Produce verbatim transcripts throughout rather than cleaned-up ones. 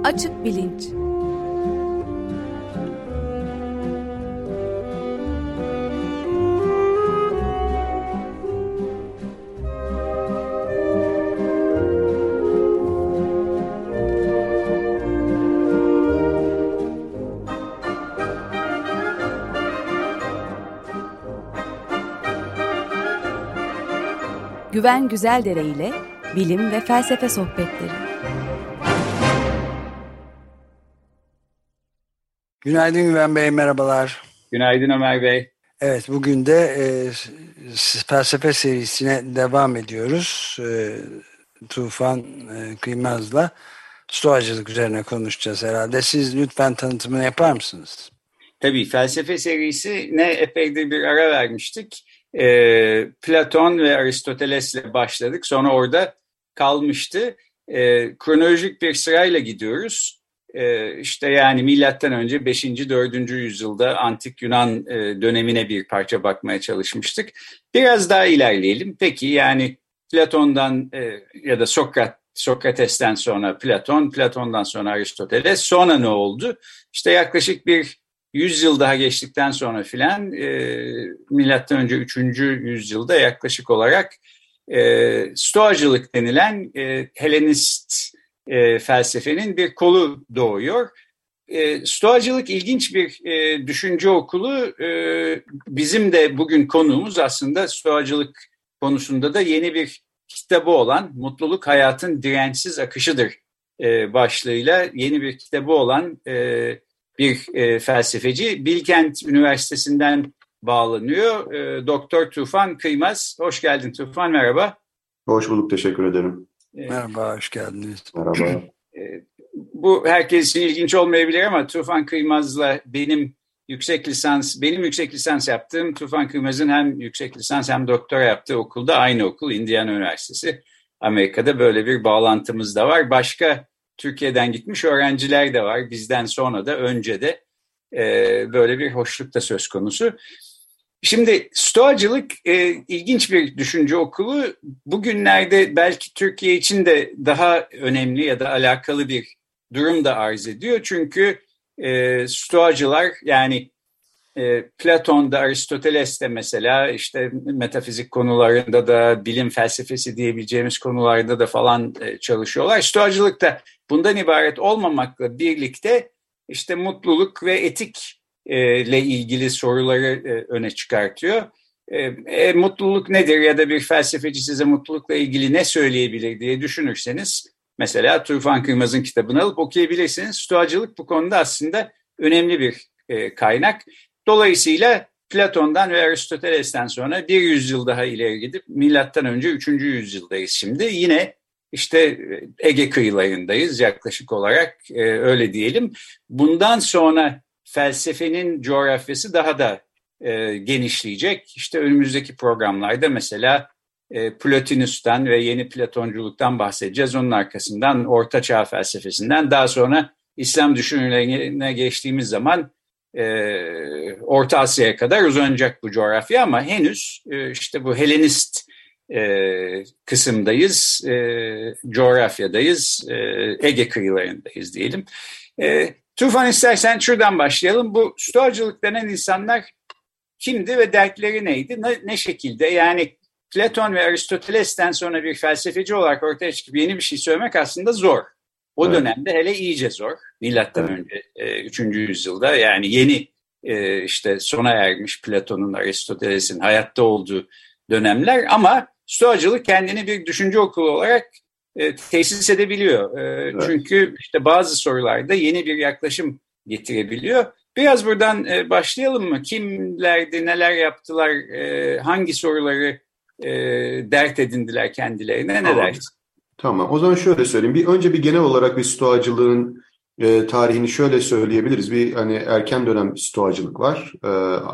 Açık bilinç. Güven Güzeldere ile bilim ve felsefe sohbetleri. Günaydın Güven Bey, merhabalar. Günaydın Ömer Bey. Evet, bugün de e, felsefe serisine devam ediyoruz. E, Tufan e, Kıymaz'la stoacılık üzerine konuşacağız herhalde. Siz lütfen tanıtımını yapar mısınız? Tabii, felsefe serisine epeydir bir ara vermiştik. E, Platon ve Aristoteles'le başladık. Sonra orada kalmıştı. E, kronolojik bir sırayla gidiyoruz. E, işte yani milattan önce beşinci dördüncü yüzyılda antik Yunan e, dönemine bir parça bakmaya çalışmıştık. Biraz daha ilerleyelim. Peki yani Platon'dan e, ya da Sokrat, Sokrates'ten sonra Platon, Platon'dan sonra Aristoteles, sonra ne oldu? İşte yaklaşık bir yüz yıl daha geçtikten sonra filan e, milattan önce üçüncü yüzyılda yaklaşık olarak e, stoacılık denilen e, Helenist e, felsefenin bir kolu doğuyor. E, stoacılık ilginç bir e, düşünce okulu. E, bizim de bugün konuğumuz aslında stoacılık konusunda da yeni bir kitabı olan Mutluluk Hayatın Dirençsiz Akışıdır e, başlığıyla yeni bir kitabı olan e, bir e, felsefeci. Bilkent Üniversitesi'nden bağlanıyor. E, Doktor Tufan Kıymaz. Hoş geldin Tufan, merhaba. Hoş bulduk, teşekkür ederim. E, merhaba, hoş geldiniz. Merhaba. E, bu herkes için ilginç olmayabilir ama Tufan Kıymaz'la benim yüksek lisans, benim yüksek lisans yaptığım, Tufan Kıymaz'ın hem yüksek lisans hem doktora yaptığı okulda aynı okul, Indiana Üniversitesi. Amerika'da böyle bir bağlantımız da var. Başka Türkiye'den gitmiş öğrenciler de var. Bizden sonra da önce de e, böyle bir hoşluk da söz konusu. Şimdi stoacılık e, ilginç bir düşünce okulu. Bugünlerde belki Türkiye için de daha önemli ya da alakalı bir durum da arz ediyor. Çünkü e, stoacılar yani e, Platon'da, Aristoteles'te mesela işte metafizik konularında da bilim felsefesi diyebileceğimiz konularda da falan e, çalışıyorlar. Stoacılık da bundan ibaret olmamakla birlikte işte mutluluk ve etik e, ile ilgili soruları e, öne çıkartıyor. E, e, mutluluk nedir ya da bir felsefeci size mutlulukla ilgili ne söyleyebilir diye düşünürseniz mesela Tufan Kıymaz'ın kitabını alıp okuyabilirsiniz. Stoacılık bu konuda aslında önemli bir e, kaynak. Dolayısıyla Platon'dan ve Aristoteles'ten sonra bir yüzyıl daha ileri gidip milattan önce üçüncü yüzyıldayız şimdi. Yine işte Ege kıyılarındayız yaklaşık olarak e, öyle diyelim. Bundan sonra felsefenin coğrafyası daha da e, genişleyecek. İşte önümüzdeki programlarda mesela e, Plotinus'tan ve yeni Platonculuktan bahsedeceğiz. Onun arkasından Orta Çağ felsefesinden, daha sonra İslam düşünürlerine geçtiğimiz zaman Ee, Orta Asya'ya kadar uzanacak bu coğrafya ama henüz e, işte bu Helenist e, kısımdayız, e, coğrafyadayız, e, Ege kıyılarındayız diyelim. E, Tufan, istersen şuradan başlayalım. Bu stoacılık denen insanlar kimdi ve dertleri neydi? Ne, ne şekilde? Yani Platon ve Aristoteles'ten sonra bir felsefeci olarak ortaya çıkıp yeni bir şey söylemek aslında zor. O evet. Dönemde hele iyice zor. Milattan evet. önce e, üçüncü yüzyılda yani yeni e, işte sona ermiş Platon'un, Aristoteles'in hayatta olduğu dönemler ama stoacılık kendini bir düşünce okulu olarak e, tesis edebiliyor. E, evet. Çünkü işte bazı sorularda yeni bir yaklaşım getirebiliyor. Biraz buradan e, başlayalım mı? Kimlerdi, neler yaptılar, e, hangi soruları e, dert edindiler kendilerine, ne tamam. dersin? Tamam, o zaman şöyle söyleyeyim. Bir önce bir genel olarak bir stoacılığın e, tarihini şöyle söyleyebiliriz. Bir hani erken dönem stoacılık var. E,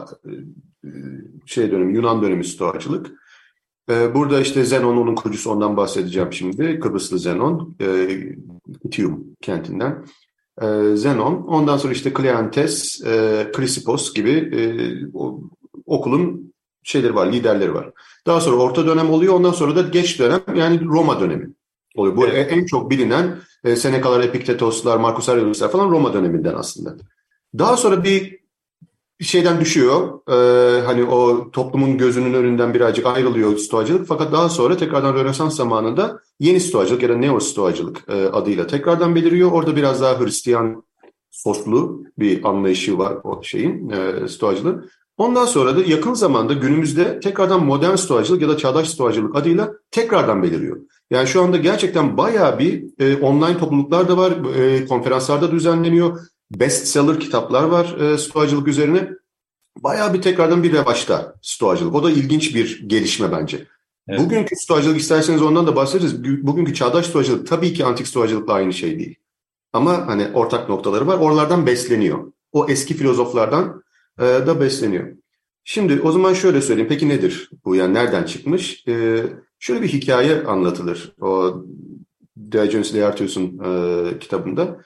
şey dönemi, Yunan dönemi stoacılık. E, burada işte Zenon, onun kurucusu, ondan bahsedeceğim şimdi. Kıbrıslı Zenon, e, Itium kentinden. E, Zenon, ondan sonra işte Kleantes, e, Chrysippos gibi e, o, okulun şeyleri var, liderleri var. Daha sonra orta dönem oluyor, ondan sonra da geç dönem, yani Roma dönemi oluyor. Bu evet. en çok bilinen E, Senekalar, Epiktetoslar, Marcus Aurelius'lar falan Roma döneminden aslında. Daha sonra bir şeyden düşüyor. Ee, hani o toplumun gözünün önünden birazcık ayrılıyor stoacılık. Fakat daha sonra tekrardan Rönesans zamanında yeni stoacılık ya da neo stoacılık e, adıyla tekrardan beliriyor. Orada biraz daha Hristiyan soslu bir anlayışı var o şeyin, e, stoacılığın. Ondan sonra da yakın zamanda günümüzde tekrardan modern stoacılık ya da çağdaş stoacılık adıyla tekrardan beliriyor. Yani şu anda gerçekten bayağı bir e, online topluluklar da var, e, konferanslarda düzenleniyor. Bestseller kitaplar var e, stoacılık üzerine. Bayağı bir tekrardan bir revaçta stoacılık. O da ilginç bir gelişme bence. Evet. Bugünkü stoacılık, isterseniz ondan da bahsederiz. Bugünkü çağdaş stoacılık tabii ki antik stoacılıkla aynı şey değil. Ama hani ortak noktaları var. Oralardan besleniyor. O eski filozoflardan e, da besleniyor. Şimdi o zaman şöyle söyleyeyim. Peki nedir bu? Yani nereden çıkmış? E, şöyle bir hikaye anlatılır. O Diogenes Laertius'un e, kitabında.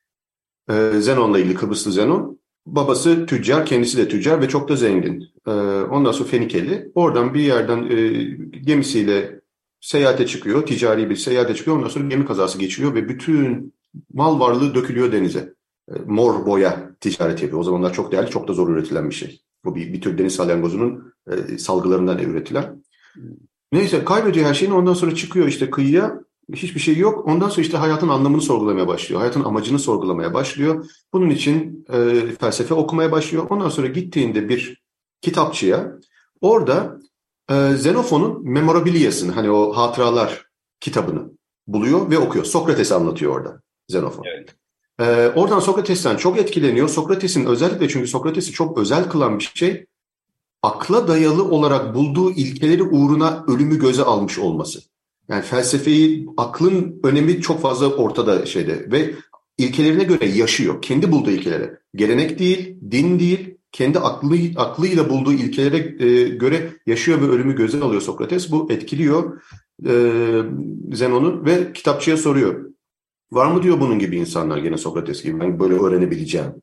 E, Zenon'la ilgili, Kıbrıslı Zenon. Babası tüccar, kendisi de tüccar ve çok da zengin. E, ondan sonra Fenikeli. Oradan bir yerden e, gemisiyle seyahate çıkıyor. Ticari bir seyahate çıkıyor. Ondan sonra gemi kazası geçiriyor ve bütün mal varlığı dökülüyor denize. E, mor boya ticareti yapıyor. O zamanlar çok değerli, çok da zor üretilen bir şey. Bu bir, bir tür deniz salyangozunun e, salgılarından üretilen. Neyse kaybediyor her şeyini. Ondan sonra çıkıyor işte kıyıya. Hiçbir şey yok. Ondan sonra işte hayatın anlamını sorgulamaya başlıyor. Hayatın amacını sorgulamaya başlıyor. Bunun için e, felsefe okumaya başlıyor. Ondan sonra gittiğinde bir kitapçıya orada e, Xenofon'un Memorabilia'sını, hani o hatıralar kitabını buluyor ve okuyor. Sokrates'i anlatıyor orada Xenofon. Evet. E, oradan Sokrates'ten çok etkileniyor. Sokrates'in özellikle, çünkü Sokrates'i çok özel kılan bir şey, akla dayalı olarak bulduğu ilkeleri uğruna ölümü göze almış olması. Yani felsefeyi, aklın önemi çok fazla ortada şeyde ve ilkelerine göre yaşıyor. Kendi bulduğu ilkelere. Gelenek değil, din değil, kendi aklı, aklıyla bulduğu ilkelere e, göre yaşıyor ve ölümü göze alıyor Sokrates. Bu etkiliyor e, Zenon'u ve kitapçıya soruyor. Var mı diyor bunun gibi insanlar, gene Sokrates gibi, ben böyle öğrenebileceğim.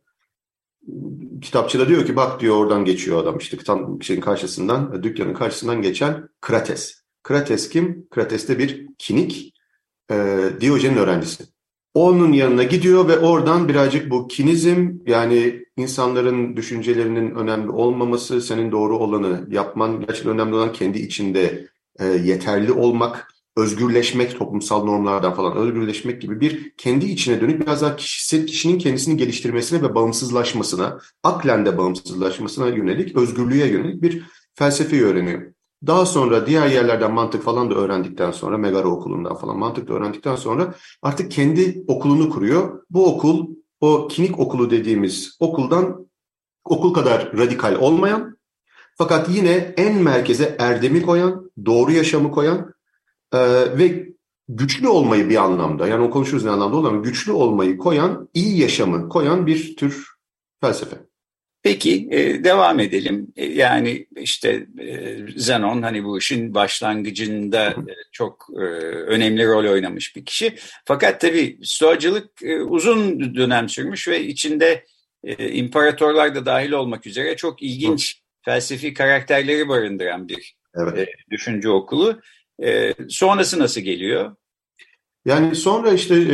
Kitapçıda diyor ki bak diyor, oradan geçiyor adam işte tam şeyin karşısından, dükkanın karşısından geçen Krates. Krates kim? Krates de bir kinik, e, Diyojen'in öğrencisi. Onun yanına gidiyor ve oradan birazcık bu kinizm, yani insanların düşüncelerinin önemli olmaması, senin doğru olanı yapman, gerçekten önemli olan kendi içinde e, yeterli olmak, özgürleşmek, toplumsal normlardan falan özgürleşmek gibi bir kendi içine dönük biraz daha kişisel, kişinin kendisini geliştirmesine ve bağımsızlaşmasına, aklen de bağımsızlaşmasına yönelik, özgürlüğe yönelik bir felsefeyi öğreniyor. Daha sonra diğer yerlerden mantık falan da öğrendikten sonra, Megara okulundan falan mantık da öğrendikten sonra artık kendi okulunu kuruyor. Bu okul, o kinik okulu dediğimiz okuldan, okul kadar radikal olmayan fakat yine en merkeze erdemi koyan, doğru yaşamı koyan e, ve güçlü olmayı bir anlamda, yani o konuşuruz ne anlamda olur ama güçlü olmayı koyan, iyi yaşamı koyan bir tür felsefe. Peki e, devam edelim. E, yani işte e, Zenon hani bu işin başlangıcında e, çok e, önemli rol oynamış bir kişi. Fakat tabii stoacılık e, uzun dönem sürmüş ve içinde e, imparatorlar da dahil olmak üzere çok ilginç Hı. felsefi karakterleri barındıran bir evet. e, düşünce okulu. E, sonrası nasıl geliyor? Yani sonra işte e,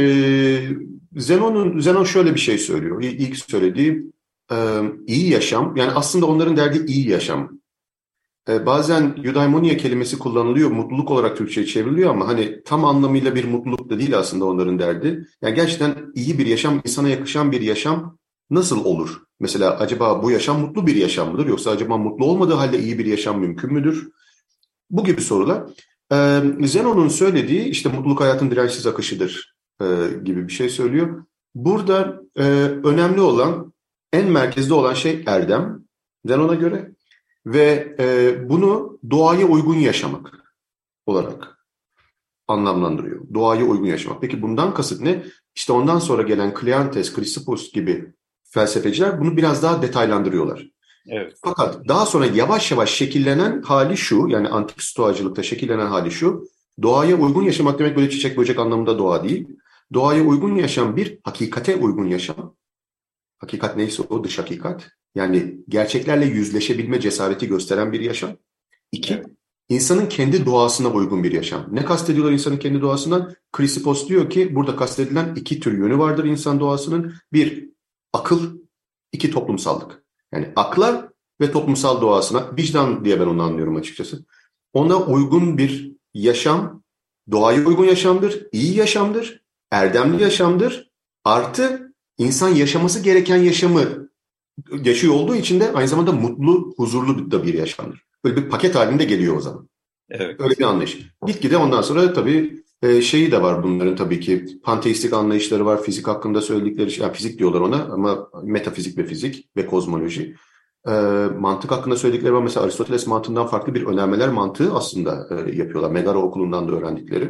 Zenon'un Zenon şöyle bir şey söylüyor. İlk söylediği e, iyi yaşam. Yani aslında onların derdi iyi yaşam. E, bazen eudaimonia kelimesi kullanılıyor. Mutluluk olarak Türkçe'ye çevriliyor ama hani tam anlamıyla bir mutluluk da değil aslında onların derdi. Yani gerçekten iyi bir yaşam, insana yakışan bir yaşam nasıl olur? Mesela acaba bu yaşam mutlu bir yaşam mıdır? Yoksa acaba mutlu olmadığı halde iyi bir yaşam mümkün müdür? Bu gibi sorular. Ee, Zenon'un söylediği işte mutluluk hayatın dirençsiz akışıdır e, gibi bir şey söylüyor. Burada e, önemli olan, en merkezde olan şey erdem Zenon'a göre ve e, bunu doğaya uygun yaşamak olarak anlamlandırıyor. Doğaya uygun yaşamak. Peki bundan kasıt ne? İşte ondan sonra gelen Kleantes, Chrysippus gibi felsefeciler bunu biraz daha detaylandırıyorlar. Evet. Fakat daha sonra yavaş yavaş şekillenen hali şu, yani antik stoacılıkta şekillenen hali şu, doğaya uygun yaşamak demek böyle çiçek böcek anlamında doğa değil. Doğaya uygun yaşam bir, hakikate uygun yaşam. Hakikat neyse o, dış hakikat. Yani gerçeklerle yüzleşebilme cesareti gösteren bir yaşam. İki, evet. insanın kendi doğasına uygun bir yaşam. Ne kastediyorlar insanın kendi doğasından? Chrysippos diyor ki burada kastedilen iki tür yönü vardır insan doğasının. Bir, akıl, iki toplumsallık. Yani akla ve toplumsal doğasına, vicdan diye ben onu anlıyorum açıkçası. Ona uygun bir yaşam, doğaya uygun yaşamdır, iyi yaşamdır, erdemli yaşamdır. Artı insan yaşaması gereken yaşamı yaşıyor olduğu için de aynı zamanda mutlu, huzurlu da bir yaşamdır. Böyle bir paket halinde geliyor o zaman. Evet. Öyle bir anlayış. Gitgide ondan sonra tabii e, şeyi de var bunların tabii ki. Panteistik anlayışları var. Fizik hakkında söyledikleri şey. Yani fizik diyorlar ona ama metafizik ve fizik ve kozmoloji. E, mantık hakkında söyledikleri var. Mesela Aristoteles mantığından farklı bir önermeler mantığı aslında e, yapıyorlar. Megara okulundan da öğrendikleri.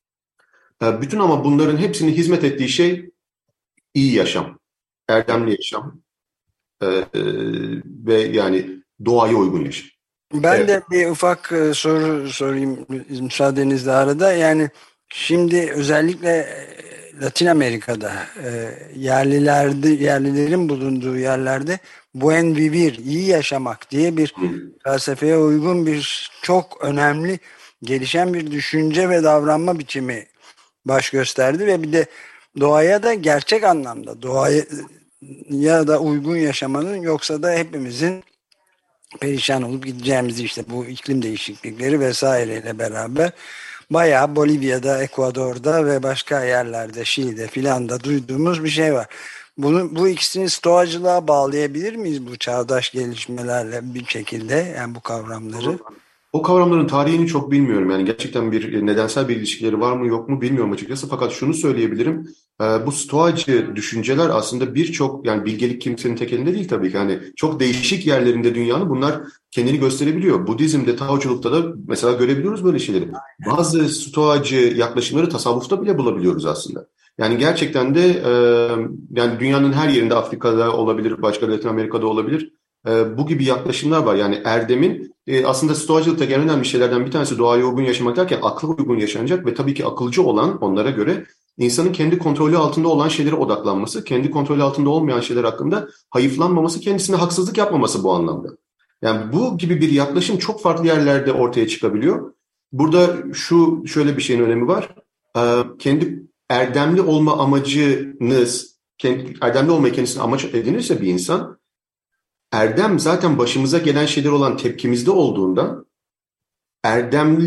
E, bütün ama bunların hepsinin hizmet ettiği şey iyi yaşam. Erdemli yaşam. E, e, ve yani doğaya uygun yaşam. Ben Evet. de bir ufak e, soru sorayım müsaadenizle arada. Yani şimdi özellikle e, Latin Amerika'da e, yerlilerde yerlilerin bulunduğu yerlerde buen vivir, iyi yaşamak diye bir Hı. felsefeye uygun bir çok önemli gelişen bir düşünce ve davranma biçimi baş gösterdi ve bir de doğaya da gerçek anlamda doğaya ya da uygun yaşamanın yoksa da hepimizin perişan olup gideceğimizi işte bu iklim değişiklikleri vesaireyle beraber bayağı Bolivya'da, Ekvador'da ve başka yerlerde, Şili'de filan da duyduğumuz bir şey var. Bunu, bu ikisini stoacılığa bağlayabilir miyiz bu çağdaş gelişmelerle bir şekilde yani bu kavramları? O kavramların tarihini çok bilmiyorum. Yani gerçekten bir nedensel bir ilişkileri var mı yok mu bilmiyorum açıkçası. Fakat şunu söyleyebilirim. Bu stoacı düşünceler aslında birçok yani bilgelik kimsenin tek elinde değil tabii ki. Hani çok değişik yerlerinde dünyanın bunlar kendini gösterebiliyor. Budizm'de, Taoculukta da mesela görebiliyoruz böyle şeyleri. Bazı stoacı yaklaşımları tasavvufta bile bulabiliyoruz aslında. Yani gerçekten de yani dünyanın her yerinde Afrika'da olabilir, başka Latin Amerika'da olabilir. Bu gibi yaklaşımlar var. Yani erdemin e, aslında stoacılıkta en önemli şeylerden bir tanesi doğaya uygun yaşamak derken akla uygun yaşanacak ve tabii ki akılcı olan onlara göre insanın kendi kontrolü altında olan şeylere odaklanması, kendi kontrolü altında olmayan şeyler hakkında hayıflanmaması, kendisine haksızlık yapmaması bu anlamda. Yani bu gibi bir yaklaşım çok farklı yerlerde ortaya çıkabiliyor. Burada şu şöyle bir şeyin önemi var. Ee, kendi erdemli olma amacınız, kendi, erdemli olmayı kendisine amaç edinirse bir insan, erdem zaten başımıza gelen şeyler olan tepkimizde olduğundan erdemli,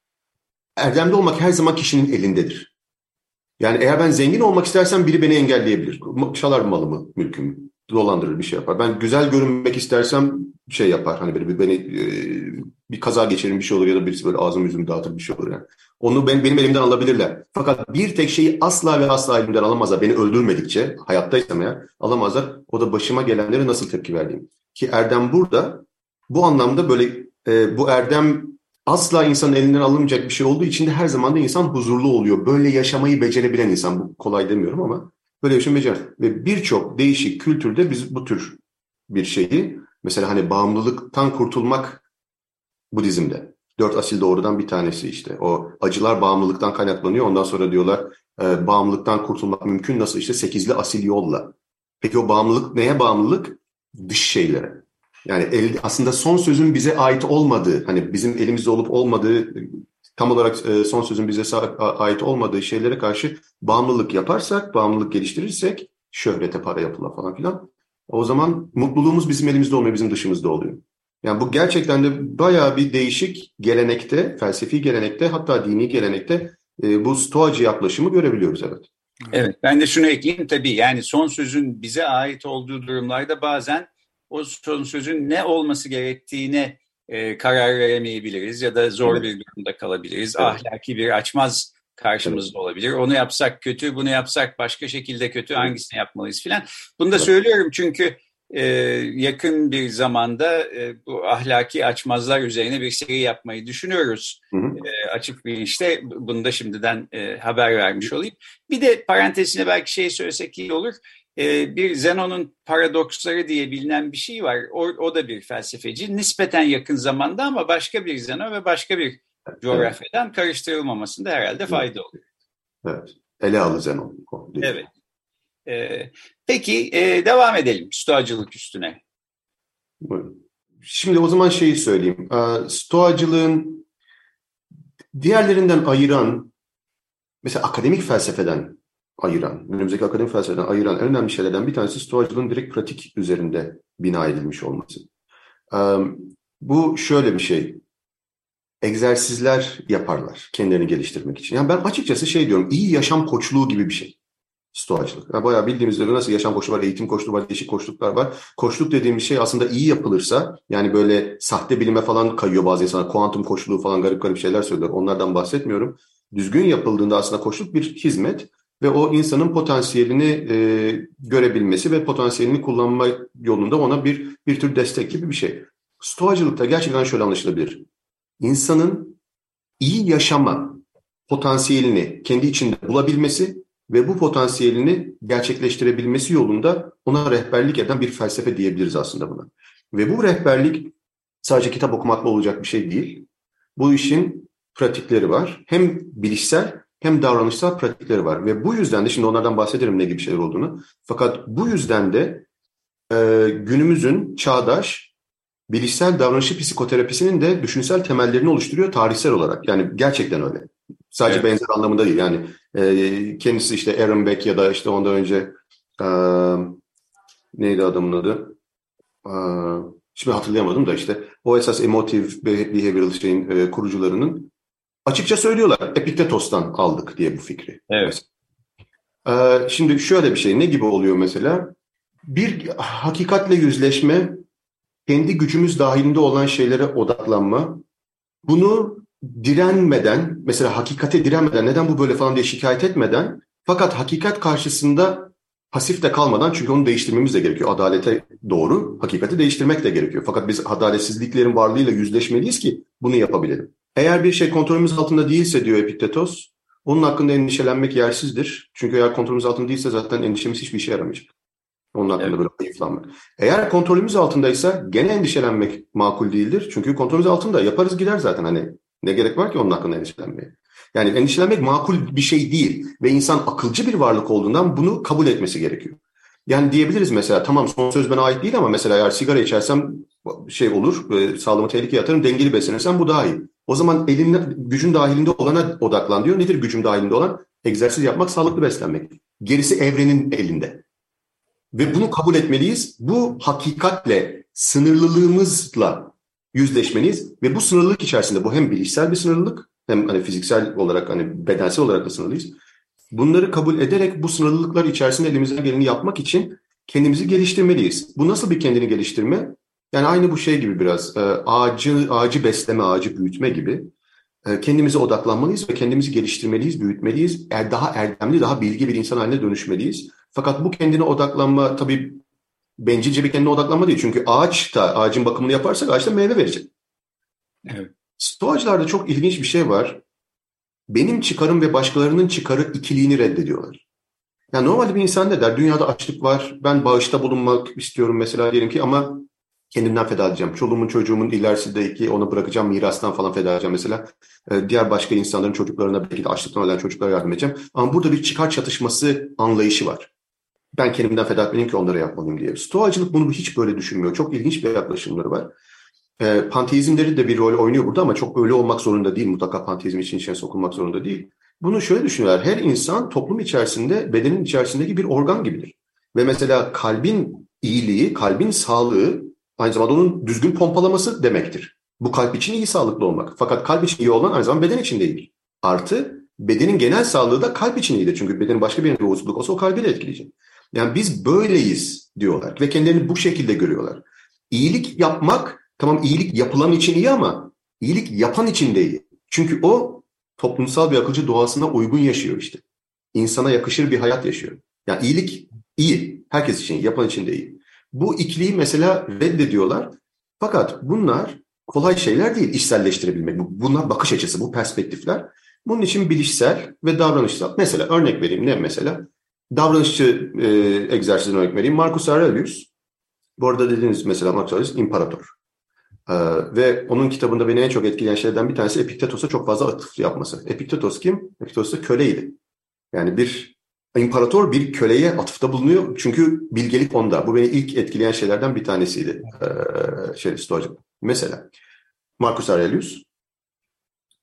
erdemli olmak her zaman kişinin elindedir. Yani eğer ben zengin olmak istersem biri beni engelleyebilir. Çalar malımı, mülkümü, dolandırır bir şey yapar. Ben güzel görünmek istersem şey yapar. Hani böyle bir, beni e, bir kaza geçirir bir şey olur ya da birisi böyle ağzımı yüzümü dağıtır bir şey olur yani. Onu ben, benim elimden alabilirler. Fakat bir tek şeyi asla ve asla elimden alamazlar. Beni öldürmedikçe, hayattaysam eğer alamazlar. O da başıma gelenlere nasıl tepki verdiğim. Ki erdem burada bu anlamda böyle e, bu erdem asla insanın elinden alınmayacak bir şey olduğu için de her zaman da insan huzurlu oluyor. Böyle yaşamayı becerebilen insan. Bu kolay demiyorum ama böyle yaşamayı becerer. Ve birçok değişik kültürde biz bu tür bir şeyi mesela hani bağımlılıktan kurtulmak Budizm'de. Dört asil doğrudan bir tanesi işte. O acılar bağımlılıktan kaynaklanıyor. Ondan sonra diyorlar e, bağımlılıktan kurtulmak mümkün. Nasıl işte sekizli asil yolla. Peki o bağımlılık neye bağımlılık? Dış şeylere. Yani el, aslında son sözün bize ait olmadığı, hani bizim elimizde olup olmadığı, tam olarak e, son sözün bize ait olmadığı şeylere karşı bağımlılık yaparsak, bağımlılık geliştirirsek, şöhrete, para, pula falan filan, o zaman mutluluğumuz bizim elimizde olmuyor, bizim dışımızda oluyor. Yani bu gerçekten de bayağı bir değişik gelenekte, felsefi gelenekte, hatta dini gelenekte e, bu stoacı yaklaşımı görebiliyoruz, evet. Evet, ben de şunu ekleyeyim tabii, yani son sözün bize ait olduğu durumlarda bazen o son sözün ne olması gerektiğine e, karar veremeyebiliriz ya da zor Evet. bir durumda kalabiliriz. Evet. Ahlaki bir açmaz karşımızda evet. olabilir. Onu yapsak kötü, bunu yapsak başka şekilde kötü, evet. hangisini yapmalıyız filan. Bunu da evet. söylüyorum çünkü e, yakın bir zamanda e, bu ahlaki açmazlar üzerine bir seri yapmayı düşünüyoruz. Hı hı. E, açık bilinçte bunu da şimdiden e, haber vermiş olayım. Bir de parantezine belki şey söylesek iyi olur. Ee, bir Zenon'un paradoksları diye bilinen bir şey var. O, o da bir felsefeci. Nispeten yakın zamanda ama başka bir Zenon ve başka bir coğrafyadan evet. karıştırılmamasında herhalde fayda oluyor. Evet. Ele alı Zenon. Evet. Ee, peki e, devam edelim stoacılık üstüne. Buyurun. Şimdi o zaman şeyi söyleyeyim. Stoacılığın diğerlerinden ayıran, mesela akademik felsefeden ayıran, önümüzdeki akademik felsefeden ayıran en önemli şeylerden bir tanesi Stoacılığın direkt pratik üzerinde bina edilmiş olması. Bu şöyle bir şey. Egzersizler yaparlar kendilerini geliştirmek için. Yani ben açıkçası şey diyorum, iyi yaşam koçluğu gibi bir şey Stoacılık. Yani bayağı bildiğimiz üzere nasıl yaşam koçluğu var, eğitim koçluğu var, değişik koçluklar var. Koçluk dediğimiz şey aslında iyi yapılırsa, yani böyle sahte bilime falan kayıyor bazı insanlar, kuantum koçluğu falan garip garip şeyler söylüyorlar. Onlardan bahsetmiyorum. Düzgün yapıldığında aslında koçluk bir hizmet ve o insanın potansiyelini e, görebilmesi ve potansiyelini kullanma yolunda ona bir bir tür destek gibi bir şey. Stoacılıkta gerçekten şöyle anlaşılabilir. İnsanın iyi yaşama potansiyelini kendi içinde bulabilmesi ve bu potansiyelini gerçekleştirebilmesi yolunda ona rehberlik eden bir felsefe diyebiliriz aslında buna. Ve bu rehberlik sadece kitap okumakla olacak bir şey değil. Bu işin pratikleri var. Hem bilişsel hem davranışsal pratikleri var. Ve bu yüzden de, şimdi onlardan bahsederim ne gibi şeyler olduğunu. Fakat bu yüzden de e, günümüzün çağdaş bilişsel davranışçı psikoterapisinin de düşünsel temellerini oluşturuyor tarihsel olarak. Yani gerçekten öyle. Sadece evet. Benzer anlamında değil. Yani e, kendisi işte Aaron Beck ya da işte ondan önce e, neydi adamın adı? E, şimdi hatırlayamadım da işte o esas emotive behavioral şeyin e, kurucularının açıkça söylüyorlar. Epiktetos'tan aldık diye bu fikri. Evet. E, şimdi şöyle bir şey. Ne gibi oluyor mesela? Bir hakikatle yüzleşme, kendi gücümüz dahilinde olan şeylere odaklanma, bunu direnmeden, mesela hakikate direnmeden, neden bu böyle falan diye şikayet etmeden, fakat hakikat karşısında pasif de kalmadan, çünkü onu değiştirmemiz de gerekiyor. Adalete doğru, hakikati değiştirmek de gerekiyor. Fakat biz adaletsizliklerin varlığıyla yüzleşmeliyiz ki bunu yapabilelim. Eğer bir şey kontrolümüz altında değilse diyor Epiktetos, onun hakkında endişelenmek yersizdir. Çünkü eğer kontrolümüz altında değilse zaten endişemiz hiçbir işe yaramayacak. Onun hakkında evet. Böyle hayıflanmak. Eğer kontrolümüz altındaysa gene endişelenmek makul değildir. Çünkü kontrolümüz altında, yaparız gider zaten, hani ne gerek var ki onun hakkında endişelenmeye. Yani endişelenmek makul bir şey değil ve insan akılcı bir varlık olduğundan bunu kabul etmesi gerekiyor. Yani diyebiliriz mesela, tamam son söz bana ait değil ama mesela eğer sigara içersem şey olur, e, sağlığımı tehlikeye atarım, dengeli beslenirsem bu daha iyi. O zaman elinde, gücün dahilinde olana odaklan diyor. Nedir gücün dahilinde olan? Egzersiz yapmak, sağlıklı beslenmek. Gerisi evrenin elinde. Ve bunu kabul etmeliyiz. Bu hakikatle, sınırlılığımızla yüzleşmeliyiz. Ve bu sınırlılık içerisinde, bu hem bilişsel bir sınırlılık, hem hani fiziksel olarak, hani bedensel olarak da sınırlıyız. Bunları kabul ederek bu sınırlılıklar içerisinde elimizden geleni yapmak için kendimizi geliştirmeliyiz. Bu nasıl bir kendini geliştirme? Yani aynı bu şey gibi biraz, ağacı, ağacı besleme, ağacı büyütme gibi. Kendimize odaklanmalıyız ve kendimizi geliştirmeliyiz, büyütmeliyiz. Daha erdemli, daha bilgi bir insan haline dönüşmeliyiz. Fakat bu kendine odaklanma tabii bencilce bir kendine odaklanma değil. Çünkü ağaç da, ağacın bakımını yaparsak ağaç da meyve verecek. Evet. Stoacılarda çok ilginç bir şey var. Benim çıkarım ve başkalarının çıkarı ikiliğini reddediyorlar. Yani normalde bir insan ne der? Dünyada açlık var, ben bağışta bulunmak istiyorum mesela diyelim ki, ama kendimden feda edeceğim. Çoluğumun çocuğumun ilerisindeki onu bırakacağım, mirastan falan feda edeceğim mesela. Ee, diğer başka insanların çocuklarına, belki de açlıktan ölen çocuklara yardım edeceğim. Ama burada bir çıkar çatışması anlayışı var. Ben kendimden feda etmeliyim ki onlara yapmalıyım diye. Stoacılık bunu hiç böyle düşünmüyor. Çok ilginç bir yaklaşımları var. Ee, panteizmleri de bir rol oynuyor burada ama çok öyle olmak zorunda değil. Mutlaka panteizm için içine sokulmak zorunda değil. Bunu şöyle düşünüyorlar. Her insan toplum içerisinde, bedenin içerisindeki bir organ gibidir. Ve mesela kalbin iyiliği, kalbin sağlığı aynı zamanda onun düzgün pompalaması demektir. Bu kalp için iyi, sağlıklı olmak. Fakat kalp için iyi olan aynı zamanda beden için de iyidir. Artı bedenin genel sağlığı da kalp için iyidir. Çünkü bedenin başka bir bozukluk olsa o kalbi de etkileyecek. Yani biz böyleyiz diyorlar ve kendilerini bu şekilde görüyorlar. İyilik yapmak, tamam iyilik yapılan için iyi ama iyilik yapan için de iyi. Çünkü o toplumsal bir akılcı doğasına uygun yaşıyor işte. İnsana yakışır bir hayat yaşıyor. Yani iyilik iyi. Herkes için, yapan için de iyi. Bu ikiliği mesela reddediyorlar. Fakat bunlar kolay şeyler değil içselleştirebilmek. Bunlar bakış açısı, bu perspektifler. Bunun için bilişsel ve davranışsal. Mesela örnek vereyim, ne mesela? Davranışçı e, egzersizine örnek vereyim. Marcus Aurelius, bu arada dediğiniz mesela Marcus Aurelius imparator. Ee, ve onun kitabında beni en çok etkileyen şeylerden bir tanesi Epiktetos'a çok fazla atıf yapması. Epiktetos kim? Epiktetos da köleydi. Yani bir imparator bir köleye atıfta bulunuyor. Çünkü bilgelik onda. Bu beni ilk etkileyen şeylerden bir tanesiydi. Ee, şey, Stoacılık. Mesela Marcus Aurelius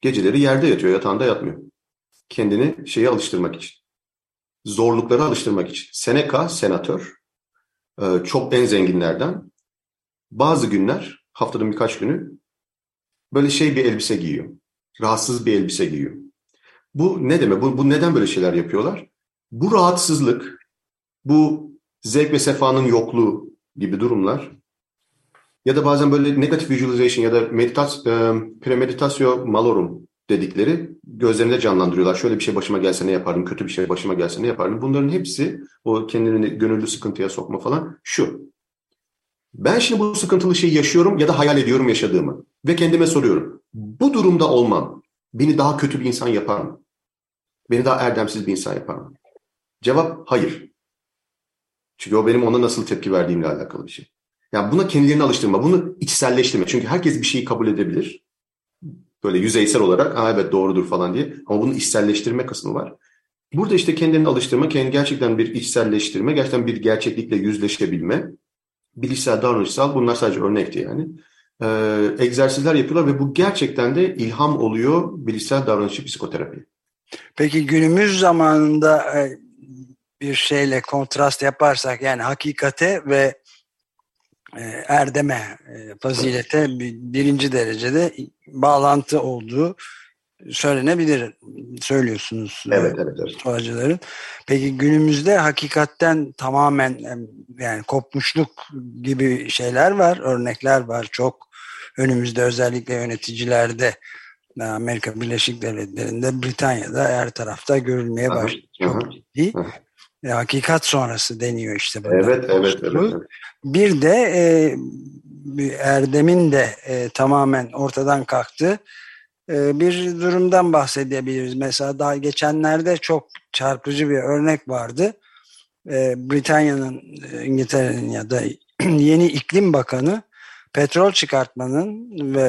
Geceleri yerde yatıyor, yatağında yatmıyor. Kendini şeye alıştırmak için. Zorluklara alıştırmak için. Seneca, senatör, çok en zenginlerden. Bazı günler, haftanın birkaç günü böyle şey bir elbise giyiyor. Rahatsız bir elbise giyiyor. Bu ne demek? Bu, bu neden böyle şeyler yapıyorlar? Bu rahatsızlık, bu zevk ve sefanın yokluğu gibi durumlar ya da bazen böyle negatif visualization ya da meditas, e, premeditatio malorum dedikleri gözlerinde canlandırıyorlar. Şöyle bir şey başıma gelse ne yapardım, kötü bir şey başıma gelse ne yapardım? Bunların hepsi o kendini gönüllü sıkıntıya sokma falan şu. Ben şimdi bu sıkıntılı şeyi yaşıyorum ya da hayal ediyorum yaşadığımı ve kendime soruyorum. Bu durumda olmam beni daha kötü bir insan yapar mı? Beni daha erdemsiz bir insan yapar mı? Cevap hayır. Çünkü o benim ona nasıl tepki verdiğimle alakalı bir şey. Yani buna kendilerini alıştırma, bunu içselleştirme. Çünkü herkes bir şeyi kabul edebilir. Böyle yüzeysel olarak, ha evet doğrudur falan diye. Ama bunun içselleştirme kısmı var. Burada işte kendini alıştırma, kendini gerçekten bir içselleştirme, gerçekten bir gerçeklikle yüzleşebilme, bilişsel, davranışsal, bunlar sadece örnekti yani. Ee, egzersizler yapıyorlar ve bu gerçekten de ilham oluyor bilişsel davranışçı psikoterapi. Peki günümüz zamanında bir şeyle kontrast yaparsak, yani hakikate ve erdeme, fazilete birinci derecede bağlantı olduğu söylenebilir, söylüyorsunuz. Evet, evet, evet. Stoacıların. Peki günümüzde hakikatten tamamen yani kopmuşluk gibi şeyler var, örnekler var çok. Önümüzde özellikle yöneticilerde, Amerika Birleşik Devletleri'nde, Britanya'da her tarafta görülmeye başladı. Çok aha, ciddi. Aha. E, hakikat sonrası deniyor işte burada. Evet, evet, evet, evet. Bir de e, erdemin de e, tamamen ortadan kalktı. E, bir durumdan bahsedebiliriz. Mesela daha geçenlerde çok çarpıcı bir örnek vardı. E, Britanya'nın, İngiltere'nin ya da yeni iklim bakanı petrol çıkartmanın ve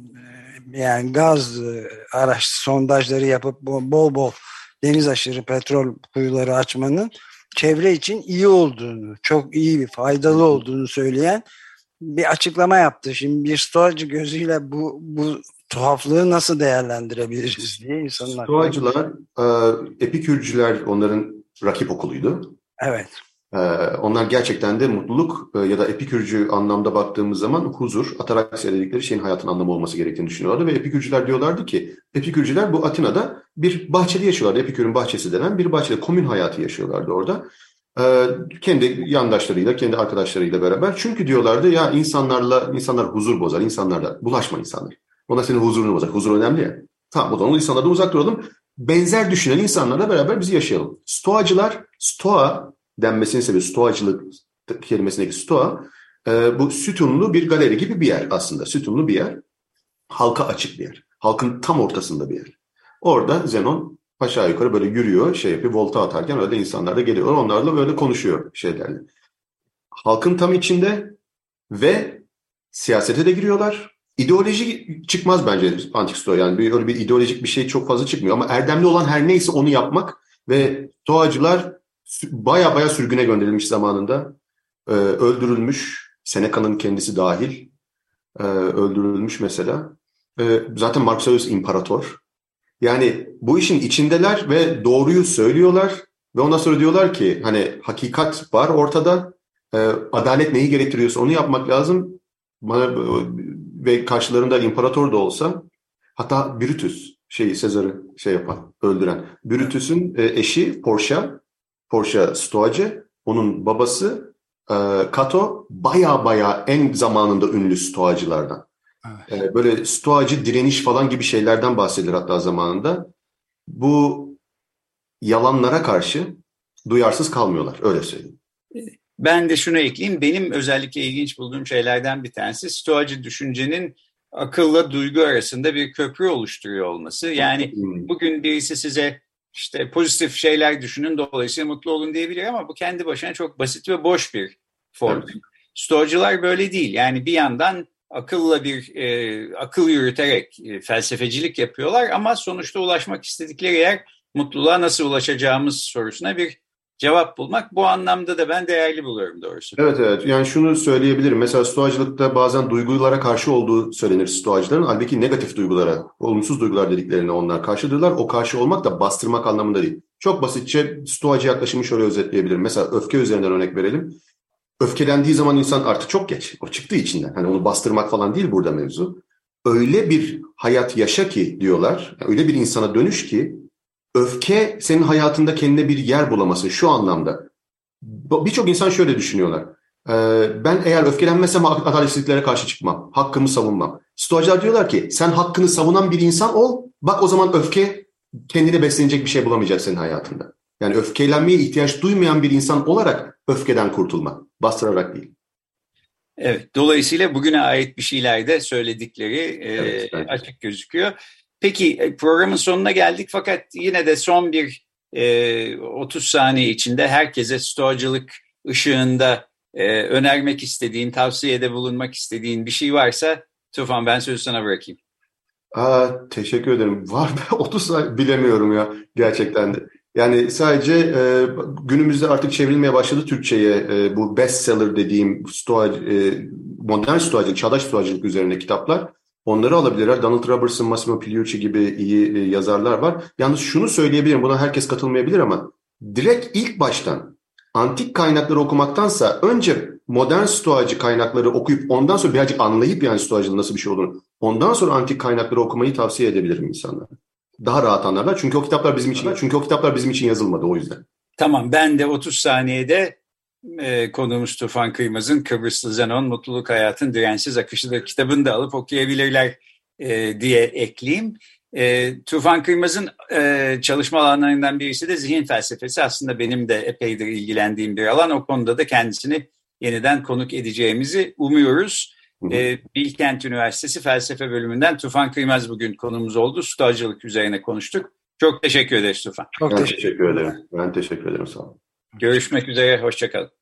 yani gaz araç sondajları yapıp bol bol deniz aşırı petrol kuyuları açmanın çevre için iyi olduğunu, çok iyi bir faydalı olduğunu söyleyen bir açıklama yaptı. Şimdi bir stoacı gözüyle bu bu tuhaflığı nasıl değerlendirebiliriz diye insanlar. Stoacılar, e, epikürcüler onların rakip okuluydu. Evet. E, onlar gerçekten de mutluluk e, ya da epikürcü anlamda baktığımız zaman huzur, ataraksya dedikleri şeyin hayatın anlamı olması gerektiğini düşünüyorlardı. Ve epikürcüler diyorlardı ki, epikürcüler bu Atina'da bir bahçede yaşıyorlardı. Epikür'ün bahçesi denen bir bahçede, komün hayatı yaşıyorlardı orada. E, kendi yandaşlarıyla, kendi arkadaşlarıyla beraber. Çünkü diyorlardı ya insanlarla, insanlar huzur bozar, insanlarla bulaşma insanlar. Ona senin huzurunu bozar. Huzur önemli ya. Tamam, o zaman insanlardan uzak duralım. Benzer düşünen insanlarla beraber biz yaşayalım. Stoacılar, stoa denmesinin sebebi, stoacılık kelimesindeki stoa, e, bu sütunlu bir galeri gibi bir yer aslında. Sütunlu bir yer. Halka açık bir yer. Halkın tam ortasında bir yer. Orada Zenon aşağı yukarı böyle yürüyor, şey yapıyor, volta atarken öyle insanlar da geliyorlar. Onlarla böyle konuşuyor şeylerle. Halkın tam içinde ve siyasete de giriyorlar. İdeoloji çıkmaz bence antik stoa. Yani bir, öyle bir ideolojik bir şey çok fazla çıkmıyor. Ama erdemli olan her neyse onu yapmak ve stoacılar baya baya sürgüne gönderilmiş zamanında. Ee, öldürülmüş. Seneca'nın kendisi dahil. Ee, öldürülmüş mesela. Ee, zaten Marcus Aurelius imparator. Yani bu işin içindeler ve doğruyu söylüyorlar. Ve ondan sonra diyorlar ki hani hakikat var ortada. Ee, adalet neyi gerektiriyorsa onu yapmak lazım. Bana, ve karşılarında imparator da olsa, hatta Brutus şeyi Sezar'ı şey yapan, öldüren. Brutus'un eşi Portia, Portia Stoacı, onun babası e, Cato baya baya en zamanında ünlü Stoacılardan. Evet. E, böyle Stoacı direniş falan gibi şeylerden bahsedilir hatta zamanında. Bu yalanlara karşı duyarsız kalmıyorlar, öyle söyleyeyim. Ben de şunu ekleyeyim. Benim özellikle ilginç bulduğum şeylerden bir tanesi Stoacı düşüncenin akılla duygu arasında bir köprü oluşturuyor olması. Yani bugün birisi size işte pozitif şeyler düşünün, dolayısıyla mutlu olun diyebilir ama bu kendi başına çok basit ve boş bir form. Evet. Stoacılar böyle değil. Yani bir yandan akılla bir e, akıl yürüterek e, felsefecilik yapıyorlar ama sonuçta ulaşmak istedikleri yer, mutluluğa nasıl ulaşacağımız sorusuna bir cevap bulmak. Bu anlamda da ben değerli buluyorum doğrusu. Evet evet, yani şunu söyleyebilirim. Mesela stoacılıkta bazen duygulara karşı olduğu söylenir stoacıların. Halbuki negatif duygulara, olumsuz duygular dediklerine onlar karşıdırlar. O karşı olmak da bastırmak anlamında değil. Çok basitçe stoacı yaklaşımı şöyle özetleyebilirim. Mesela öfke üzerinden örnek verelim. Öfkelendiği zaman insan artık çok geç. O çıktığı içinden. Hani onu bastırmak falan değil burada mevzu. Öyle bir hayat yaşa ki diyorlar. Öyle bir insana dönüş ki öfke senin hayatında kendine bir yer bulamasın şu anlamda. Birçok insan şöyle düşünüyorlar. Ee, ben eğer öfkelenmezsem adaletsizliklere karşı çıkmam. Hakkımı savunmam. Stoacılar diyorlar ki sen hakkını savunan bir insan ol. Bak o zaman öfke kendine beslenecek bir şey bulamayacak senin hayatında. Yani öfkelenmeye ihtiyaç duymayan bir insan olarak öfkeden kurtulma. Bastırarak değil. Evet, dolayısıyla bugüne ait bir şeyler de söyledikleri evet, e, açık gözüküyor. Peki programın sonuna geldik fakat yine de son bir e, otuz saniye içinde herkese stoacılık ışığında e, önermek istediğin, tavsiyede bulunmak istediğin bir şey varsa Tufan ben sözü sana bırakayım. Aa, teşekkür ederim. Var mı? otuz saniye bilemiyorum ya gerçekten de. Yani sadece e, günümüzde artık çevrilmeye başladı Türkçe'ye e, bu bestseller dediğim stoa, e, modern stoacılık, çağdaş stoacılık üzerine kitaplar. Onları alabilirler. Donald Robertson, Massimo Pigliucci gibi iyi e, yazarlar var. Yalnız şunu söyleyebilirim, buna herkes katılmayabilir ama direkt ilk baştan antik kaynakları okumaktansa önce modern stoacı kaynakları okuyup ondan sonra birazcık anlayıp yani stoacılığın nasıl bir şey olduğunu ondan sonra antik kaynakları okumayı tavsiye edebilirim insanlara. Daha rahat anlarlar. Çünkü o kitaplar bizim için çünkü o kitaplar bizim için yazılmadı o yüzden. Tamam, ben de otuz saniyede e, konuğumuz Tufan Kıymaz'ın Kıbrıslı Zenon Mutluluk Hayatın Dirençsiz Akışı'dır kitabını da alıp okuyabilirler e, diye ekleyeyim. E, Tufan Kıymaz'ın e, çalışma alanlarından birisi de zihin felsefesi. Aslında benim de epeydir ilgilendiğim bir alan. O konuda da kendisini yeniden konuk edeceğimizi umuyoruz. E, Bilkent Üniversitesi Felsefe Bölümünden Tufan Kıymaz bugün konuğumuz oldu. Stoacılık üzerine konuştuk. Çok teşekkür ederiz Tufan. Çok ben teşekkür ederim. Ben teşekkür ederim. Sağ olun. Görüşmek üzere. Hoşça kalın.